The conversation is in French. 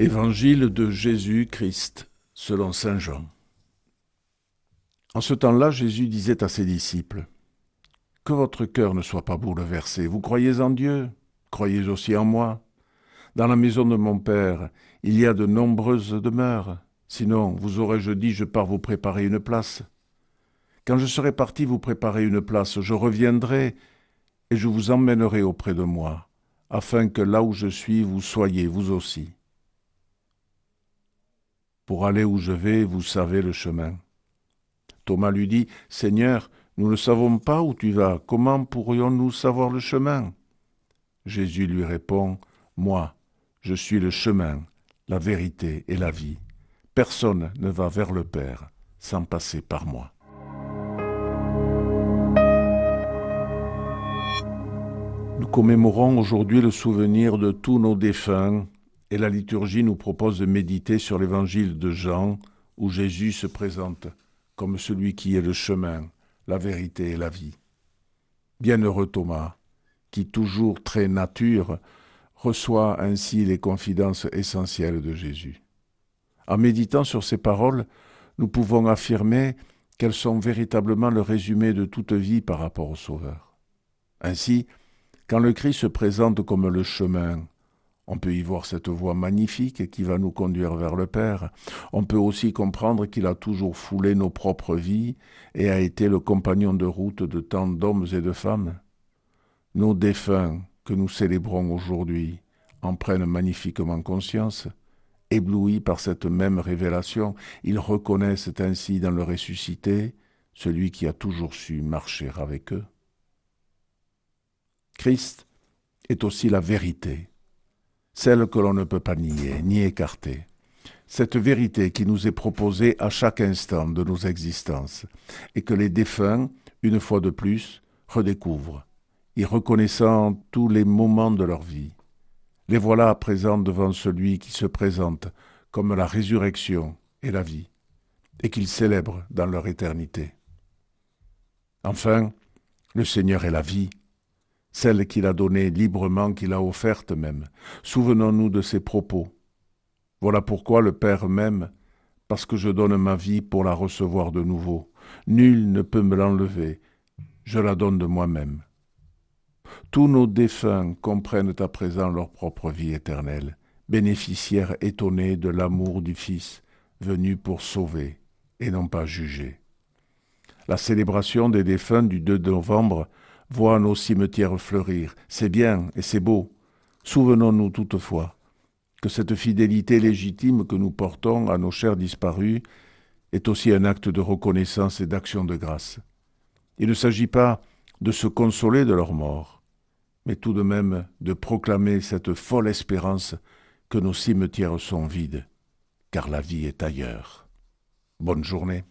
Évangile de Jésus-Christ selon saint Jean. En ce temps-là, Jésus disait à ses disciples : « Que votre cœur ne soit pas bouleversé. Vous croyez en Dieu, croyez aussi en moi. Dans la maison de mon Père, il y a de nombreuses demeures. Sinon, vous aurais-je dit : je pars vous préparer une place. Quand je serai parti vous préparer une place, je reviendrai et je vous emmènerai auprès de moi, afin que là où je suis, vous soyez vous aussi. Pour aller où je vais, vous savez le chemin. » Thomas lui dit : « Seigneur, nous ne savons pas où tu vas. Comment pourrions-nous savoir le chemin ?» Jésus lui répond : « Moi, je suis le chemin, la vérité et la vie. Personne ne va vers le Père sans passer par moi. » Nous commémorons aujourd'hui le souvenir de tous nos défunts et la liturgie nous propose de méditer sur l'évangile de Jean où Jésus se présente comme celui qui est le chemin, la vérité et la vie. Bienheureux Thomas, qui toujours très nature, reçoit ainsi les confidences essentielles de Jésus. En méditant sur ces paroles, nous pouvons affirmer qu'elles sont véritablement le résumé de toute vie par rapport au Sauveur. Ainsi, quand le Christ se présente comme le chemin, on peut y voir cette voie magnifique qui va nous conduire vers le Père. On peut aussi comprendre qu'il a toujours foulé nos propres vies et a été le compagnon de route de tant d'hommes et de femmes. Nos défunts que nous célébrons aujourd'hui en prennent magnifiquement conscience. Éblouis par cette même révélation, ils reconnaissent ainsi dans le ressuscité celui qui a toujours su marcher avec eux. Christ est aussi la vérité, celle que l'on ne peut pas nier, ni écarter. Cette vérité qui nous est proposée à chaque instant de nos existences et que les défunts, une fois de plus, redécouvrent, y reconnaissant tous les moments de leur vie. Les voilà à présent devant celui qui se présente comme la résurrection et la vie, et qu'ils célèbrent dans leur éternité. Enfin, le Seigneur est la vie, celle qu'il a donnée librement, qu'il a offerte même. Souvenons-nous de ses propos. Voilà pourquoi le Père m'aime, parce que je donne ma vie pour la recevoir de nouveau. Nul ne peut me l'enlever, je la donne de moi-même. Tous nos défunts comprennent à présent leur propre vie éternelle, bénéficiaires étonnés de l'amour du Fils, venu pour sauver et non pas juger. La célébration des défunts du 2 novembre voit nos cimetières fleurir. C'est bien et c'est beau. Souvenons-nous toutefois que cette fidélité légitime que nous portons à nos chers disparus est aussi un acte de reconnaissance et d'action de grâce. Il ne s'agit pas de se consoler de leur mort, mais tout de même de proclamer cette folle espérance que nos cimetières sont vides, car la vie est ailleurs. Bonne journée.